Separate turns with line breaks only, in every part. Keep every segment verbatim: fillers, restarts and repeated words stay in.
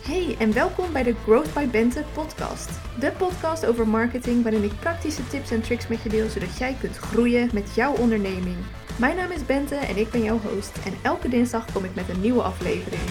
Hey en welkom bij de Growth by Bente podcast. De podcast over marketing waarin ik praktische tips en tricks met je deel zodat jij kunt groeien met jouw onderneming. Mijn naam is Bente en ik ben jouw host en elke dinsdag kom ik met een nieuwe aflevering.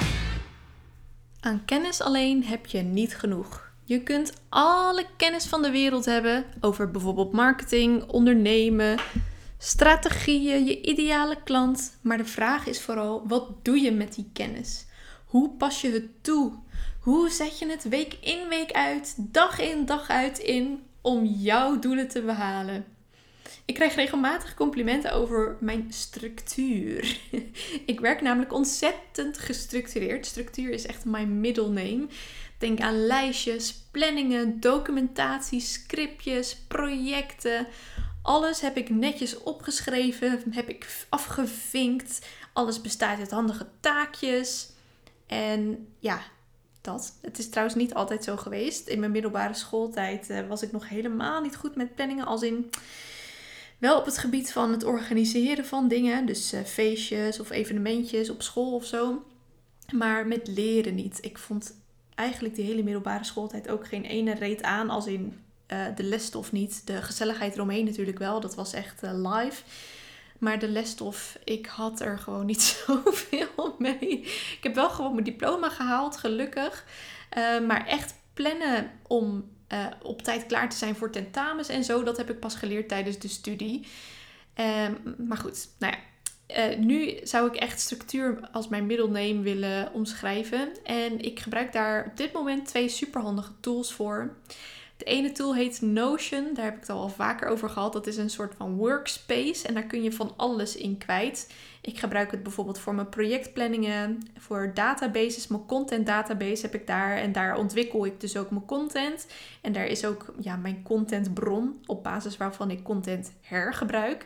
Aan kennis alleen heb je niet genoeg. Je kunt alle kennis van de wereld hebben over bijvoorbeeld marketing, ondernemen, strategieën, je ideale klant. Maar de vraag is vooral, wat doe je met die kennis? Hoe pas je het toe? Hoe zet je het week in, week uit, dag in, dag uit in om jouw doelen te behalen? Ik krijg regelmatig complimenten over mijn structuur. Ik werk namelijk ontzettend gestructureerd. Structuur is echt mijn middle name. Denk aan lijstjes, planningen, documentatie, scriptjes, projecten. Alles heb ik netjes opgeschreven, heb ik afgevinkt. Alles bestaat uit handige taakjes. En ja, dat. Het is trouwens niet altijd zo geweest. In mijn middelbare schooltijd uh, was ik nog helemaal niet goed met planningen. Als in, wel op het gebied van het organiseren van dingen. Dus uh, feestjes of evenementjes op school of zo. Maar met leren niet. Ik vond eigenlijk die hele middelbare schooltijd ook geen ene reet aan. Als in uh, de lesstof niet. De gezelligheid eromheen natuurlijk wel. Dat was echt uh, live. Maar de lesstof, ik had er gewoon niet zoveel mee. Ik heb wel gewoon mijn diploma gehaald, gelukkig. Uh, maar echt plannen om uh, op tijd klaar te zijn voor tentamens en zo, dat heb ik pas geleerd tijdens de studie. Uh, maar goed, nou ja. Uh, nu zou ik echt structuur als mijn middle name willen omschrijven. En ik gebruik daar op dit moment twee superhandige tools voor. De ene tool heet Notion, daar heb ik het al vaker over gehad. Dat is een soort van workspace en daar kun je van alles in kwijt. Ik gebruik het bijvoorbeeld voor mijn projectplanningen, voor databases. Mijn content database heb ik daar en daar ontwikkel ik dus ook mijn content. En daar is ook ja, mijn contentbron op basis waarvan ik content hergebruik.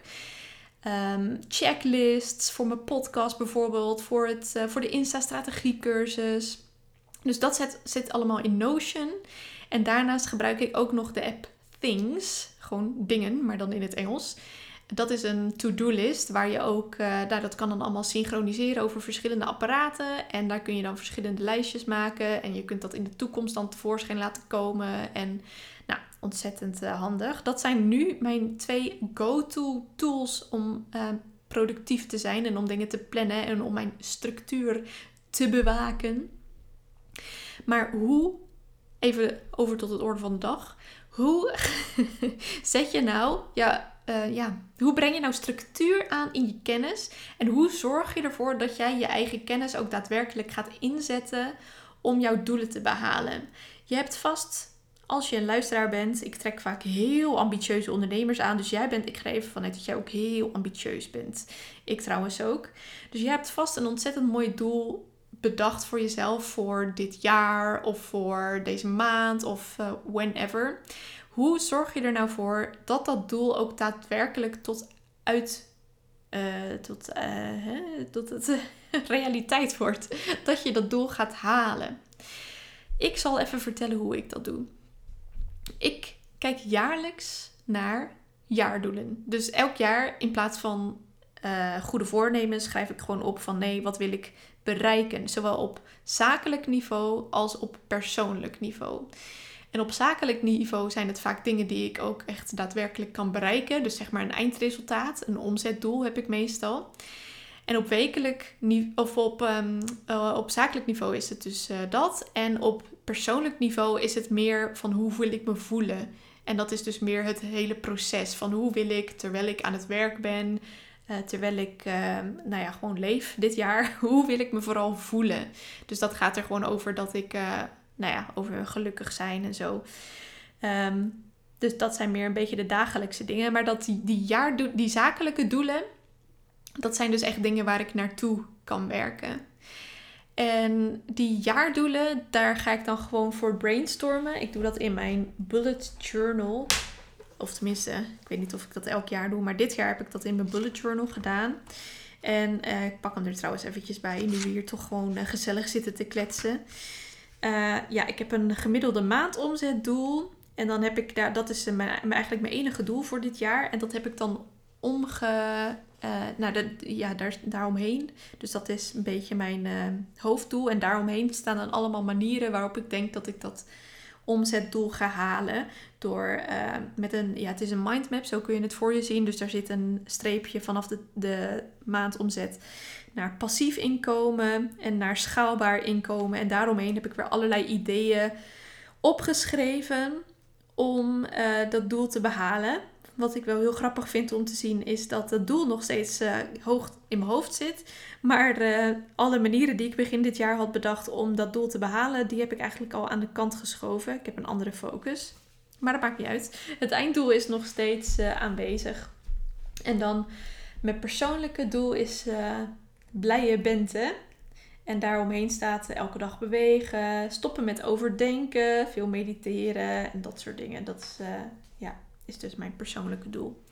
Um, checklists voor mijn podcast bijvoorbeeld, voor, het, uh, voor de Insta-strategiecursus. Dus dat zit, zit allemaal in Notion. En daarnaast gebruik ik ook nog de app Things. Gewoon dingen, maar dan in het Engels. Dat is een to-do-list waar je ook... Uh, nou, dat kan dan allemaal synchroniseren over verschillende apparaten. En daar kun je dan verschillende lijstjes maken. En je kunt dat in de toekomst dan tevoorschijn laten komen. En nou, ontzettend uh, handig. Dat zijn nu mijn twee go-to tools om uh, productief te zijn. En om dingen te plannen en om mijn structuur te bewaken. Maar hoe... Even over tot het orde van de dag. Hoe zet je nou, ja, uh, ja, hoe breng je nou structuur aan in je kennis? En hoe zorg je ervoor dat jij je eigen kennis ook daadwerkelijk gaat inzetten om jouw doelen te behalen? Je hebt vast, als je een luisteraar bent, ik trek vaak heel ambitieuze ondernemers aan. Dus jij bent, ik ga even vanuit dat jij ook heel ambitieus bent. Ik trouwens ook. Dus je hebt vast een ontzettend mooi doel bedacht voor jezelf voor dit jaar of voor deze maand of uh, whenever. Hoe zorg je er nou voor dat dat doel ook daadwerkelijk tot uit uh, tot, uh, hè, tot het uh, realiteit wordt? Dat je dat doel gaat halen. Ik zal even vertellen hoe ik dat doe. Ik kijk jaarlijks naar jaardoelen. Dus elk jaar in plaats van uh, goede voornemens schrijf ik gewoon op van nee, wat wil ik bereiken, zowel op zakelijk niveau als op persoonlijk niveau. En op zakelijk niveau zijn het vaak dingen die ik ook echt daadwerkelijk kan bereiken. Dus zeg maar een eindresultaat, een omzetdoel heb ik meestal. En op wekelijk of op, um, uh, op zakelijk niveau is het dus uh, dat. En op persoonlijk niveau is het meer van hoe wil ik me voelen. En dat is dus meer het hele proces van hoe wil ik, terwijl ik aan het werk ben, Uh, terwijl ik uh, nou ja, gewoon leef dit jaar, hoe wil ik me vooral voelen? Dus dat gaat er gewoon over dat ik, uh, nou ja, over gelukkig zijn en zo. Um, dus dat zijn meer een beetje de dagelijkse dingen. Maar dat die, die, jaardo- die zakelijke doelen, dat zijn dus echt dingen waar ik naartoe kan werken. En die jaardoelen, daar ga ik dan gewoon voor brainstormen. Ik doe dat in mijn bullet journal. Of tenminste, ik weet niet of ik dat elk jaar doe. Maar dit jaar heb ik dat in mijn bullet journal gedaan. En uh, ik pak hem er trouwens eventjes bij. Nu we hier toch gewoon uh, gezellig zitten te kletsen. Uh, ja, ik heb een gemiddelde maandomzetdoel. En dan heb ik daar, dat is mijn, mijn, eigenlijk mijn enige doel voor dit jaar. En dat heb ik dan omge, Uh, nou, dat, ja, daar, daaromheen. Dus dat is een beetje mijn uh, hoofddoel. En daaromheen staan dan allemaal manieren waarop ik denk dat ik dat omzetdoel ga halen. Door uh, met een, ja, het is een mindmap, zo kun je het voor je zien. Dus daar zit een streepje vanaf de, de maandomzet naar passief inkomen en naar schaalbaar inkomen. En daaromheen heb ik weer allerlei ideeën opgeschreven om uh, dat doel te behalen. Wat ik wel heel grappig vind om te zien is dat het doel nog steeds uh, hoog in mijn hoofd zit. Maar uh, alle manieren die ik begin dit jaar had bedacht om dat doel te behalen, die heb ik eigenlijk al aan de kant geschoven. Ik heb een andere focus. Maar dat maakt niet uit. Het einddoel is nog steeds uh, aanwezig. En dan mijn persoonlijke doel is uh, blije bente. En daaromheen staat uh, elke dag bewegen, stoppen met overdenken, veel mediteren en dat soort dingen. Dat is, uh, ja, is dus mijn persoonlijke doel.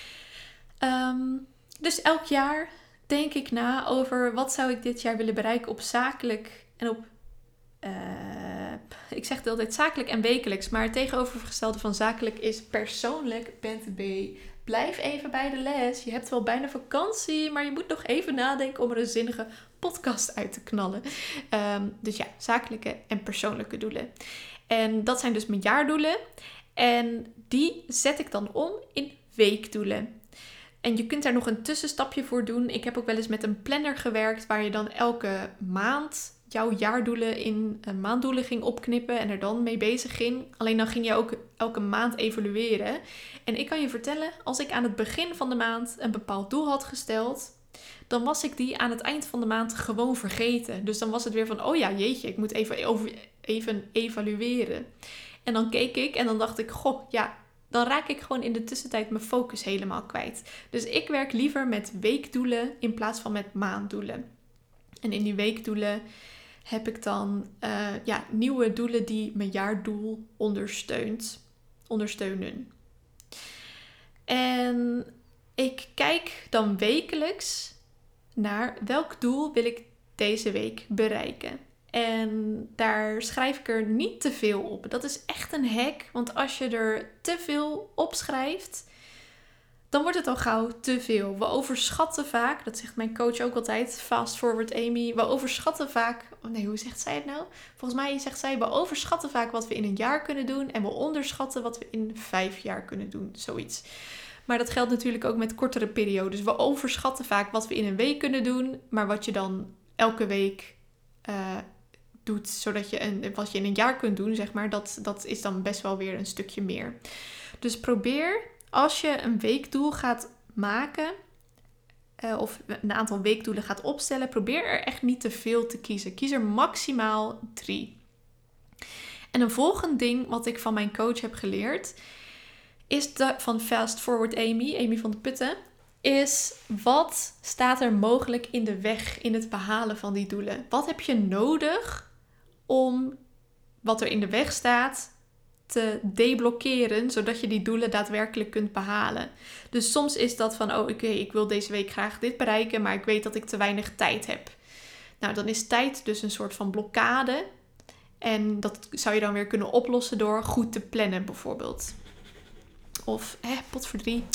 Um, dus elk jaar denk ik na over wat zou ik dit jaar willen bereiken op zakelijk en op... Uh, ik zeg het altijd zakelijk en wekelijks, maar het tegenovergestelde van zakelijk is persoonlijk. Bente B, blijf even bij de les. Je hebt wel bijna vakantie, maar je moet nog even nadenken om er een zinnige podcast uit te knallen. Um, dus ja, zakelijke en persoonlijke doelen. En dat zijn dus mijn jaardoelen. En die zet ik dan om in weekdoelen. En je kunt daar nog een tussenstapje voor doen. Ik heb ook wel eens met een planner gewerkt waar je dan elke maand jouw jaardoelen in maanddoelen ging opknippen en er dan mee bezig ging. Alleen dan ging je ook elke maand evalueren. En ik kan je vertellen, als ik aan het begin van de maand een bepaald doel had gesteld, dan was ik die aan het eind van de maand gewoon vergeten. Dus dan was het weer van, oh ja, jeetje, ik moet even, over, even evalueren. En dan keek ik en dan dacht ik, goh, ja, dan raak ik gewoon in de tussentijd mijn focus helemaal kwijt. Dus ik werk liever met weekdoelen in plaats van met maanddoelen. En in die weekdoelen heb ik dan uh, ja, nieuwe doelen die mijn jaardoel ondersteunt, ondersteunen. En ik kijk dan wekelijks naar welk doel wil ik deze week bereiken. En daar schrijf ik er niet te veel op. Dat is echt een hack, want als je er te veel op schrijft, dan wordt het al gauw te veel. We overschatten vaak, dat zegt mijn coach ook altijd, fast forward Amy. We overschatten vaak, oh nee, hoe zegt zij het nou? Volgens mij zegt zij, we overschatten vaak wat we in een jaar kunnen doen en we onderschatten wat we in vijf jaar kunnen doen, zoiets. Maar dat geldt natuurlijk ook met kortere periodes. We overschatten vaak wat we in een week kunnen doen, maar wat je dan elke week uh, doet, zodat je een, wat je in een jaar kunt doen, zeg maar, dat, dat is dan best wel weer een stukje meer. Dus probeer, als je een weekdoel gaat maken, uh, of een aantal weekdoelen gaat opstellen, probeer er echt niet te veel te kiezen. Kies er maximaal drie. En een volgend ding wat ik van mijn coach heb geleerd, is de, van Fast Forward Amy, Amy van de Putten, is wat staat er mogelijk in de weg in het behalen van die doelen? Wat heb je nodig om wat er in de weg staat te deblokkeren, zodat je die doelen daadwerkelijk kunt behalen? Dus soms is dat van, oh oké, okay, ik wil deze week graag dit bereiken, maar ik weet dat ik te weinig tijd heb. Nou, dan is tijd dus een soort van blokkade. En dat zou je dan weer kunnen oplossen door goed te plannen bijvoorbeeld. Of, hè, potverdrie.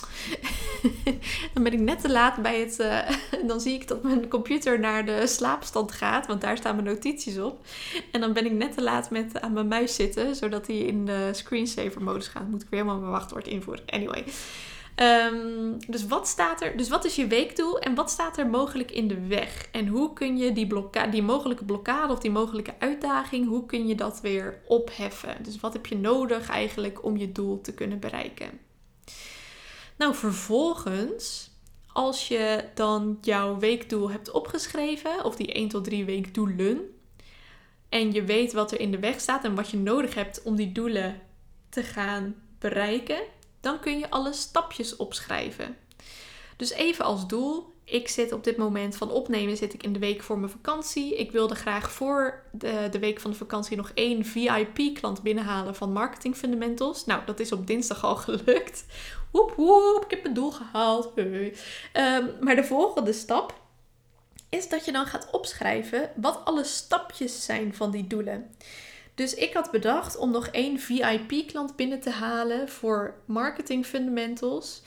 Dan ben ik net te laat bij het... Uh, dan zie ik dat mijn computer naar de slaapstand gaat. Want daar staan mijn notities op. En dan ben ik net te laat met aan mijn muis zitten. Zodat hij in de screensaver modus gaat. Moet ik weer helemaal mijn wachtwoord invoeren. Anyway. Um, dus wat staat er... Dus wat is je weekdoel? En wat staat er mogelijk in de weg? En hoe kun je die, blokka- die mogelijke blokkade of die mogelijke uitdaging... Hoe kun je dat weer opheffen? Dus wat heb je nodig eigenlijk om je doel te kunnen bereiken? Nou, vervolgens, als je dan jouw weekdoel hebt opgeschreven, of die één tot drie weekdoelen, en je weet wat er in de weg staat en wat je nodig hebt om die doelen te gaan bereiken, dan kun je alle stapjes opschrijven. Dus even als doel, ik zit op dit moment van opnemen, zit ik in de week voor mijn vakantie. Ik wilde graag voor de, de week van de vakantie nog één V I P-klant binnenhalen van Marketing Fundamentals. Nou, dat is op dinsdag al gelukt. Woep woep, ik heb mijn doel gehaald. Um, maar de volgende stap is dat je dan gaat opschrijven wat alle stapjes zijn van die doelen. Dus ik had bedacht om nog één V I P-klant binnen te halen voor Marketing Fundamentals.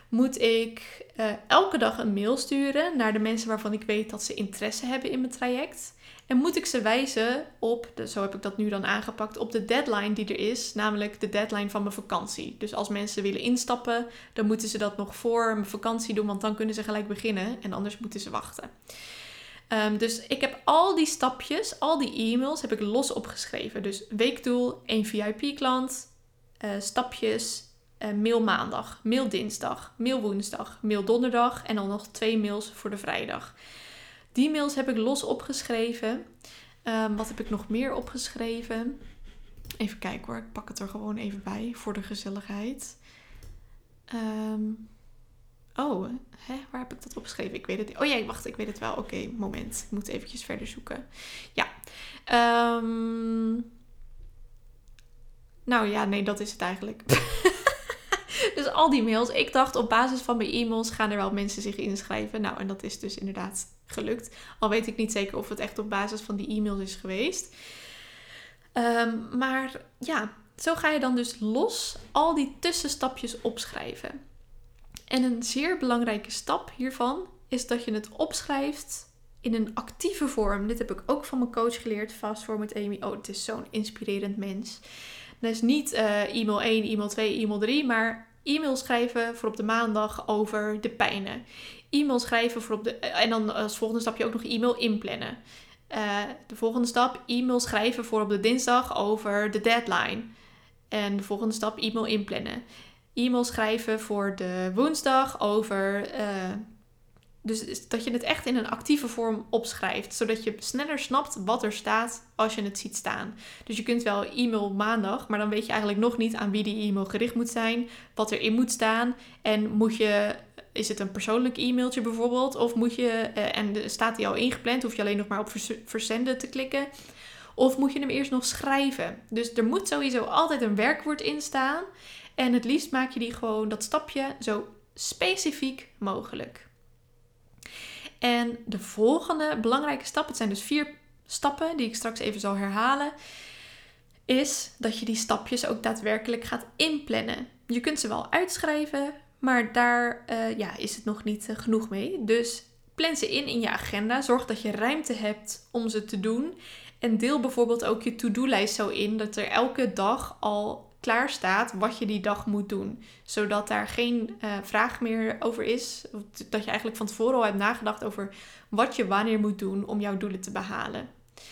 moet ik uh, elke dag een mail sturen naar de mensen waarvan ik weet dat ze interesse hebben in mijn traject. En moet ik ze wijzen op, de, zo heb ik dat nu dan aangepakt, op de deadline die er is. Namelijk de deadline van mijn vakantie. Dus als mensen willen instappen, dan moeten ze dat nog voor mijn vakantie doen. Want dan kunnen ze gelijk beginnen en anders moeten ze wachten. Um, dus ik heb al die stapjes, al die e-mails heb ik los opgeschreven. Dus weekdoel, één V I P-klant, uh, stapjes, uh, mail maandag, mail dinsdag, mail woensdag, mail donderdag en dan nog twee mails voor de vrijdag. Die mails heb ik los opgeschreven. Um, wat heb ik nog meer opgeschreven? Even kijken hoor, ik pak het er gewoon even bij voor de gezelligheid. Um, oh, hè, waar heb ik dat opgeschreven? Ik weet het niet. Oh ja, wacht, ik weet het wel. Oké, okay, moment. Ik moet eventjes verder zoeken. Ja. Um, nou ja, nee, dat is het eigenlijk. Dus al die mails. Ik dacht op basis van mijn e-mails gaan er wel mensen zich inschrijven. Nou, en dat is dus inderdaad gelukt. Al weet ik niet zeker of het echt op basis van die e-mails is geweest. Um, maar ja, zo ga je dan dus los al die tussenstapjes opschrijven. En een zeer belangrijke stap hiervan is dat je het opschrijft in een actieve vorm. Dit heb ik ook van mijn coach geleerd, Fast Forward Amy. Oh, het is zo'n inspirerend mens. Dat is niet uh, e-mail één, e-mail twee, e-mail drie, maar e-mail schrijven voor op de maandag over de pijnen. E-mail schrijven voor op de... En dan als volgende stapje ook nog e-mail inplannen. Uh, de volgende stap, e-mail schrijven voor op de dinsdag over de deadline. En de volgende stap, e-mail inplannen. E-mail schrijven voor de woensdag over... Uh, dus dat je het echt in een actieve vorm opschrijft. Zodat je sneller snapt wat er staat als je het ziet staan. Dus je kunt wel e-mail maandag, maar dan weet je eigenlijk nog niet aan wie die e-mail gericht moet zijn. Wat erin moet staan. En moet je... Is het een persoonlijk e-mailtje bijvoorbeeld? Of moet je... Uh, en staat die al ingepland? Hoef je alleen nog maar op vers- verzenden te klikken? Of moet je hem eerst nog schrijven? Dus er moet sowieso altijd een werkwoord in staan. En het liefst maak je die gewoon dat stapje zo specifiek mogelijk. En de volgende belangrijke stap, het zijn dus vier stappen die ik straks even zal herhalen, is dat je die stapjes ook daadwerkelijk gaat inplannen. Je kunt ze wel uitschrijven, maar daar uh, ja, is het nog niet uh, genoeg mee. Dus plan ze in in je agenda. Zorg dat je ruimte hebt om ze te doen. En deel bijvoorbeeld ook je to-do-lijst zo in dat er elke dag al klaar staat wat je die dag moet doen. Zodat daar geen uh, vraag meer over is. Dat je eigenlijk van tevoren al hebt nagedacht over wat je wanneer moet doen om jouw doelen te behalen.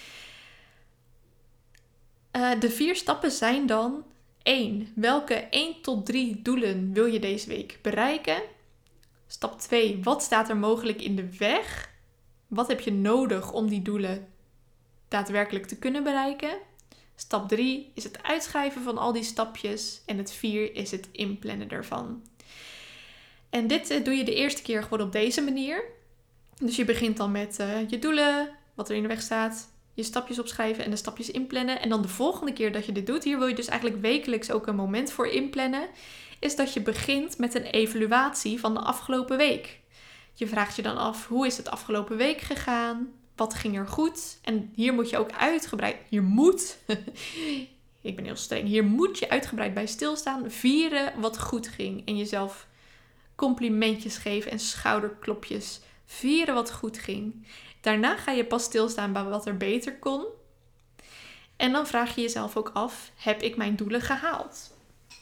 Uh, de vier stappen zijn dan: één. Welke één tot drie doelen wil je deze week bereiken? Stap twee. Wat staat er mogelijk in de weg? Wat heb je nodig om die doelen daadwerkelijk te kunnen bereiken? Stap drie is het uitschrijven van al die stapjes. En het vier is het inplannen ervan. En dit uh, doe je de eerste keer gewoon op deze manier. Dus je begint dan met uh, je doelen, wat er in de weg staat, je stapjes opschrijven en de stapjes inplannen. En dan de volgende keer dat je dit doet, hier wil je dus eigenlijk wekelijks ook een moment voor inplannen, is dat je begint met een evaluatie van de afgelopen week. Je vraagt je dan af, hoe is het afgelopen week gegaan? Wat ging er goed? En hier moet je ook uitgebreid, hier moet, ik ben heel streng, hier moet je uitgebreid bij stilstaan, vieren wat goed ging. En jezelf complimentjes geven en schouderklopjes, vieren wat goed ging. Daarna ga je pas stilstaan bij wat er beter kon. En dan vraag je jezelf ook af, heb ik mijn doelen gehaald?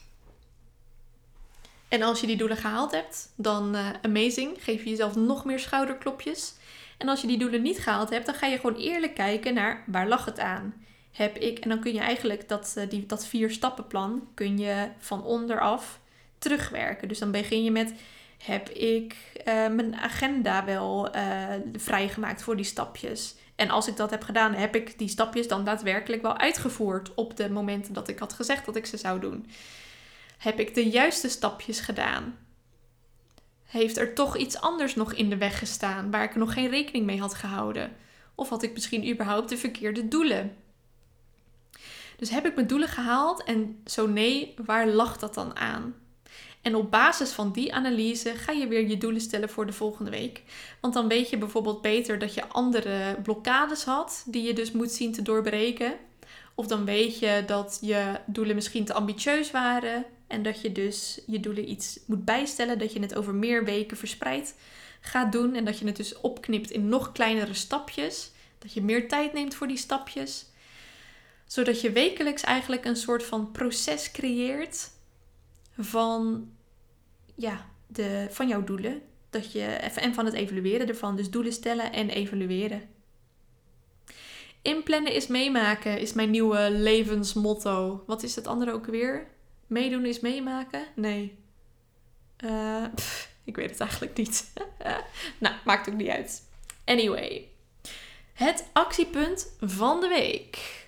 En als je die doelen gehaald hebt, dan uh, amazing, geef je jezelf nog meer schouderklopjes. En als je die doelen niet gehaald hebt, dan ga je gewoon eerlijk kijken naar waar lag het aan. Heb ik, en dan kun je eigenlijk dat, uh, die, dat vier stappenplan kun je van onderaf terugwerken. Dus dan begin je met, heb ik uh, mijn agenda wel uh, vrijgemaakt voor die stapjes? En als ik dat heb gedaan, heb ik die stapjes dan daadwerkelijk wel uitgevoerd op de momenten dat ik had gezegd dat ik ze zou doen? Heb ik de juiste stapjes gedaan? Heeft er toch iets anders nog in de weg gestaan waar ik nog geen rekening mee had gehouden? Of had ik misschien überhaupt de verkeerde doelen? Dus heb ik mijn doelen gehaald en zo nee, waar lag dat dan aan? En op basis van die analyse ga je weer je doelen stellen voor de volgende week. Want dan weet je bijvoorbeeld beter dat je andere blokkades had die je dus moet zien te doorbreken. Of dan weet je dat je doelen misschien te ambitieus waren. En dat je dus je doelen iets moet bijstellen. Dat je het over meer weken verspreid gaat doen. En dat je het dus opknipt in nog kleinere stapjes. Dat je meer tijd neemt voor die stapjes. Zodat je wekelijks eigenlijk een soort van proces creëert van, ja, de, van jouw doelen. Dat je, en van het evalueren ervan. Dus doelen stellen en evalueren. Inplannen is meemaken is mijn nieuwe levensmotto. Wat is het andere ook weer? Meedoen is meemaken? Nee. Uh, pff, ik weet het eigenlijk niet. Nou, maakt ook niet uit. Anyway. Het actiepunt van de week.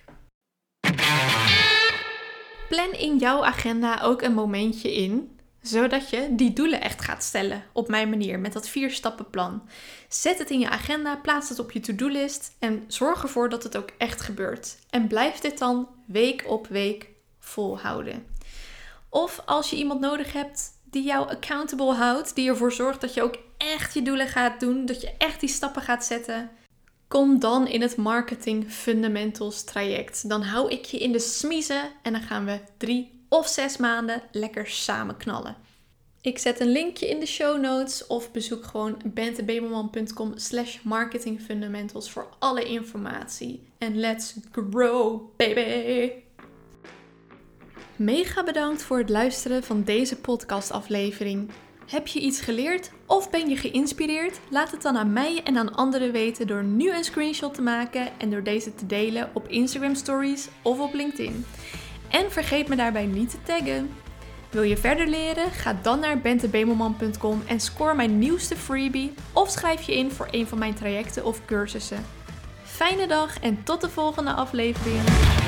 Plan in jouw agenda ook een momentje in, zodat je die doelen echt gaat stellen. Op mijn manier, met dat vier stappenplan. Zet het in je agenda, plaats het op je to-do-list en zorg ervoor dat het ook echt gebeurt. En blijf dit dan week op week volhouden. Of als je iemand nodig hebt die jou accountable houdt, die ervoor zorgt dat je ook echt je doelen gaat doen, dat je echt die stappen gaat zetten, kom dan in het Marketing Fundamentals traject. Dan hou ik je in de smiezen en dan gaan we drie of zes maanden lekker samen knallen. Ik zet een linkje in de show notes of bezoek gewoon bentebemelman.com slash marketingfundamentals voor alle informatie. En let's grow, baby! Mega bedankt voor het luisteren van deze podcastaflevering. Heb je iets geleerd of ben je geïnspireerd? Laat het dan aan mij en aan anderen weten door nu een screenshot te maken en door deze te delen op Instagram Stories of op LinkedIn. En vergeet me daarbij niet te taggen. Wil je verder leren? Ga dan naar bentebemelman punt com en score mijn nieuwste freebie of schrijf je in voor een van mijn trajecten of cursussen. Fijne dag en tot de volgende aflevering.